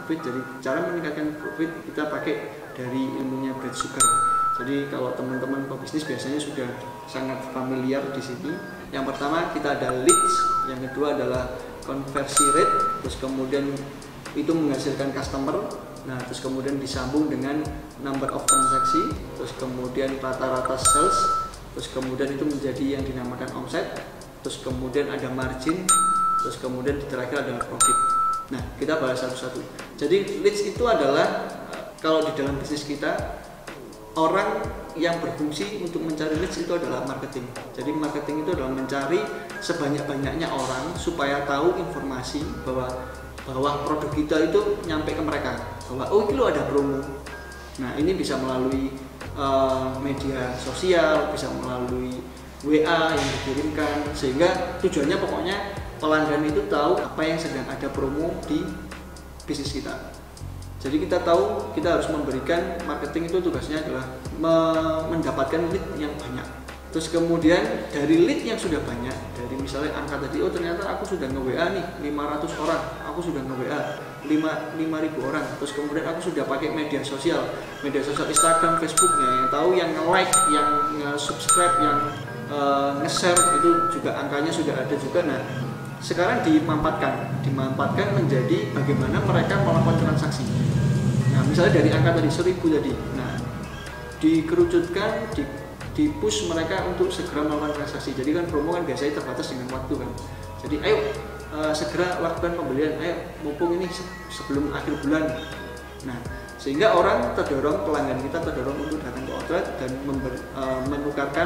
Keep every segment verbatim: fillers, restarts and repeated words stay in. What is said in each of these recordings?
profit. Jadi cara meningkatkan profit kita pakai dari ilmunya Brad Sugar. Jadi kalau teman-teman pebisnis biasanya sudah sangat familiar di sini. Yang pertama kita ada leads, yang kedua adalah conversion rate, terus kemudian itu menghasilkan customer. Nah, terus kemudian disambung dengan number of transaksi, terus kemudian rata-rata sales, terus kemudian itu menjadi yang dinamakan omset, terus kemudian ada margin, terus kemudian terakhir adalah profit. Nah, kita bahas satu-satu. Jadi leads itu adalah kalau di dalam bisnis kita, orang yang berfungsi untuk mencari leads itu adalah marketing. Jadi marketing itu adalah mencari sebanyak-banyaknya orang supaya tahu informasi bahwa bahwa produk kita itu nyampe ke mereka, bahwa oh itu ada promo. Nah, ini bisa melalui uh, media sosial, bisa melalui W A yang dikirimkan, sehingga tujuannya pokoknya pelanggan itu tahu apa yang sedang ada promo di bisnis kita. Jadi kita tahu kita harus memberikan, marketing itu tugasnya adalah me- mendapatkan lead yang banyak. Terus kemudian dari lead yang sudah banyak, dari misalnya angka tadi, oh ternyata aku sudah nge-W A nih lima ratus orang, aku sudah nge-W A lima ribu orang. Terus kemudian aku sudah pakai media sosial, media sosial Instagram, Facebooknya, yang tahu, yang nge-like, yang nge-subscribe, yang uh, nge-share, itu juga angkanya sudah ada juga. Nah, sekarang dimanfaatkan, dimanfaatkan menjadi bagaimana mereka melakukan transaksi. Nah, misalnya dari angka tadi seribu tadi, nah dikerucutkan, di, di push mereka untuk segera melakukan transaksi. Jadi kan promo kan biasanya terbatas dengan waktu kan. Jadi ayo uh, segera lakukan pembelian, ayo mumpung ini sebelum akhir bulan. Nah, sehingga orang terdorong, pelanggan kita terdorong untuk datang ke outlet dan member, uh, menukarkan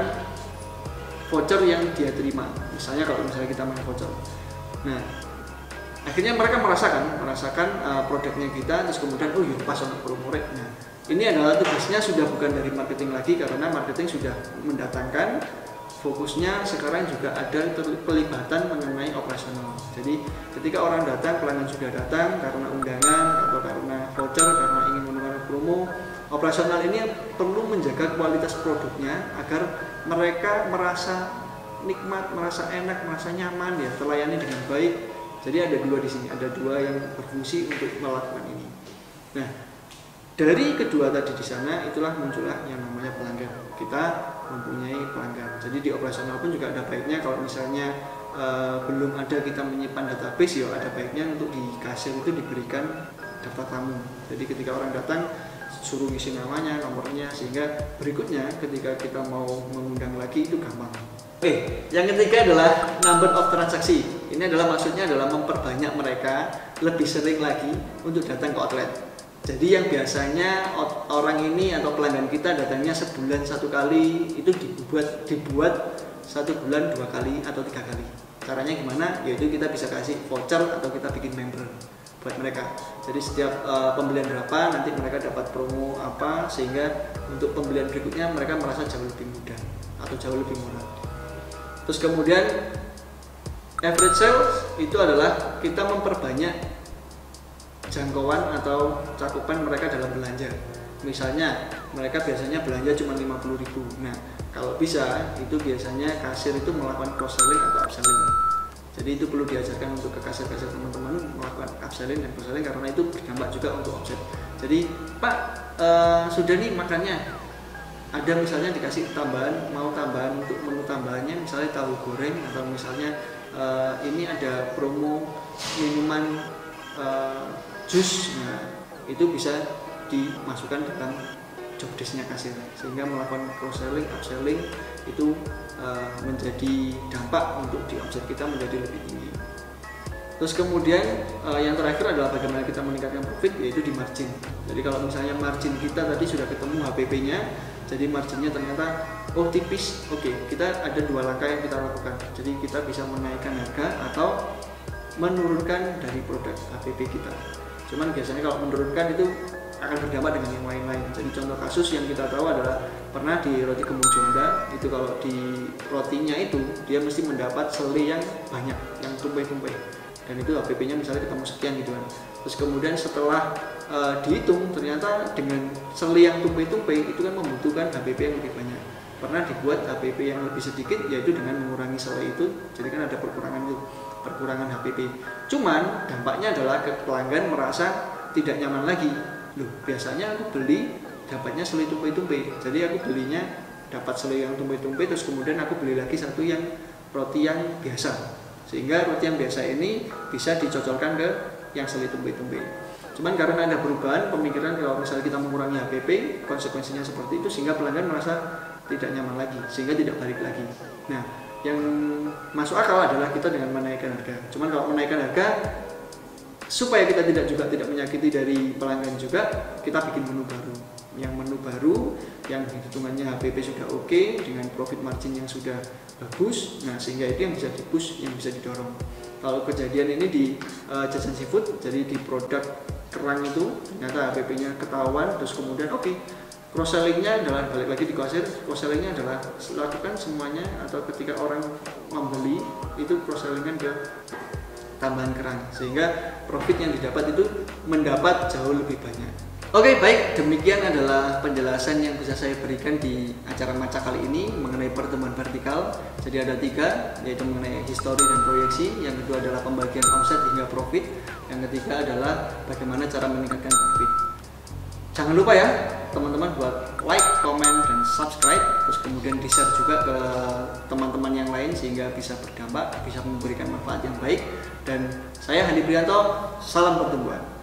voucher yang dia terima. Misalnya kalau misalnya kita main voucher. Nah, akhirnya mereka merasakan, merasakan uh, produknya kita, terus kemudian oh iya pas untuk promo rate. Nah, ini adalah tugasnya sudah bukan dari marketing lagi, karena marketing sudah mendatangkan, fokusnya sekarang juga ada pelibatan mengenai operasional. Jadi ketika orang datang, pelanggan sudah datang karena undangan atau karena voucher, karena ingin menukarkan promo, operasional ini perlu menjaga kualitas produknya agar mereka merasa nikmat, merasa enak, merasa nyaman, ya terlayani dengan baik. Jadi ada dua di sini, ada dua yang berfungsi untuk melakukan ini. Nah, dari kedua tadi di sana itulah muncullah yang namanya pelanggan. Kita mempunyai pelanggan. Jadi di operasional pun juga ada baiknya kalau misalnya uh, belum ada kita menyimpan database, ya ada baiknya untuk di kasir itu diberikan daftar tamu. Jadi ketika orang datang suruh isi namanya, nomornya, sehingga berikutnya ketika kita mau mengundang lagi itu gampang. Oke, yang ketiga adalah number of transaksi. Ini adalah maksudnya adalah memperbanyak mereka lebih sering lagi untuk datang ke outlet. Jadi yang biasanya orang ini atau pelanggan kita datangnya sebulan satu kali, itu dibuat dibuat satu bulan dua kali atau tiga kali. Caranya gimana? Yaitu kita bisa kasih voucher atau kita bikin member buat mereka. Jadi setiap uh, pembelian berapa nanti mereka dapat promo apa, sehingga untuk pembelian berikutnya mereka merasa jauh lebih mudah atau jauh lebih murah. Terus kemudian average sales itu adalah kita memperbanyak jangkauan atau cakupan mereka dalam belanja. Misalnya mereka biasanya belanja cuma lima puluh ribu. Nah, kalau bisa itu biasanya kasir itu melakukan cross selling atau upselling. Jadi itu perlu diajarkan untuk ke kasir-kasir teman-teman melakukan upselling dan cross selling, karena itu berdampak juga untuk omset. Jadi, Pak, uh, sudah nih makannya. Ada misalnya dikasih tambahan, mau tambahan untuk menu tambahannya, misalnya tahu goreng, atau misalnya uh, ini ada promo minuman uh, jus. Nah, itu bisa dimasukkan dalam job desk-nya kasir, sehingga melakukan cross selling, upselling itu uh, menjadi dampak untuk di omset kita menjadi lebih tinggi. Terus kemudian uh, yang terakhir adalah bagaimana kita meningkatkan profit, yaitu di margin. Jadi kalau misalnya margin kita tadi sudah ketemu H P P-nya, jadi marginnya ternyata oh tipis, oke, okay, kita ada dua langkah yang kita lakukan. Jadi kita bisa menaikkan harga atau menurunkan dari produk H P P kita. Cuman biasanya kalau menurunkan itu akan berdampak dengan yang lain-lain. Jadi contoh kasus yang kita tahu adalah pernah di roti Kembung Juanda, itu kalau di rotinya itu dia mesti mendapat seli yang banyak, yang tumpeh-tumpeh, dan itu H P P-nya misalnya ketemu sekian gitu kan. Terus kemudian setelah uh, dihitung, ternyata dengan seli yang tumpeh-tumpeh itu kan membutuhkan H P P yang lebih banyak. Pernah dibuat H P P yang lebih sedikit, yaitu dengan mengurangi seli itu, jadi kan ada perkurangan itu, perkurangan H P P. Cuman dampaknya adalah ke pelanggan merasa tidak nyaman lagi. Loh, biasanya aku beli dapatnya selai tumpe-tumpe, jadi aku belinya dapat selai yang tumpe-tumpe, terus kemudian aku beli lagi satu yang roti yang biasa, sehingga roti yang biasa ini bisa dicocokkan ke yang selai tumpe-tumpe. Cuman karena ada perubahan pemikiran kalau misalnya kita mengurangi H P P, konsekuensinya seperti itu, sehingga pelanggan merasa tidak nyaman lagi, sehingga tidak balik lagi. Nah, yang masuk akal adalah kita dengan menaikkan harga. Cuman kalau menaikkan harga supaya kita tidak juga tidak menyakiti dari pelanggan juga, kita bikin menu baru. Yang menu baru yang hitungannya H P P sudah oke okay, dengan profit margin yang sudah bagus. Nah, sehingga itu yang bisa di-push, yang bisa didorong. Kalau kejadian ini di uh, Jajan Seafood, jadi di produk kerang itu ternyata H P P-nya ketahuan, terus kemudian oke, okay, cross sellingnya adalah balik lagi di kasir, cross sellingnya adalah lakukan semuanya, atau ketika orang membeli itu cross sellingkan ke tambahan kerang, sehingga profit yang didapat itu mendapat jauh lebih banyak. Oke, baik, demikian adalah penjelasan yang bisa saya berikan di acara Maca kali ini mengenai pertemuan vertikal. Jadi ada tiga, yaitu mengenai histori dan proyeksi. Yang kedua adalah pembagian omset hingga profit. Yang ketiga adalah bagaimana cara meningkatkan profit. Jangan lupa ya teman-teman buat like, komen, dan subscribe. Terus kemudian di share juga ke teman-teman yang lain sehingga bisa berdampak, bisa memberikan manfaat yang baik. Dan saya Handi Prianto, salam pertumbuhan.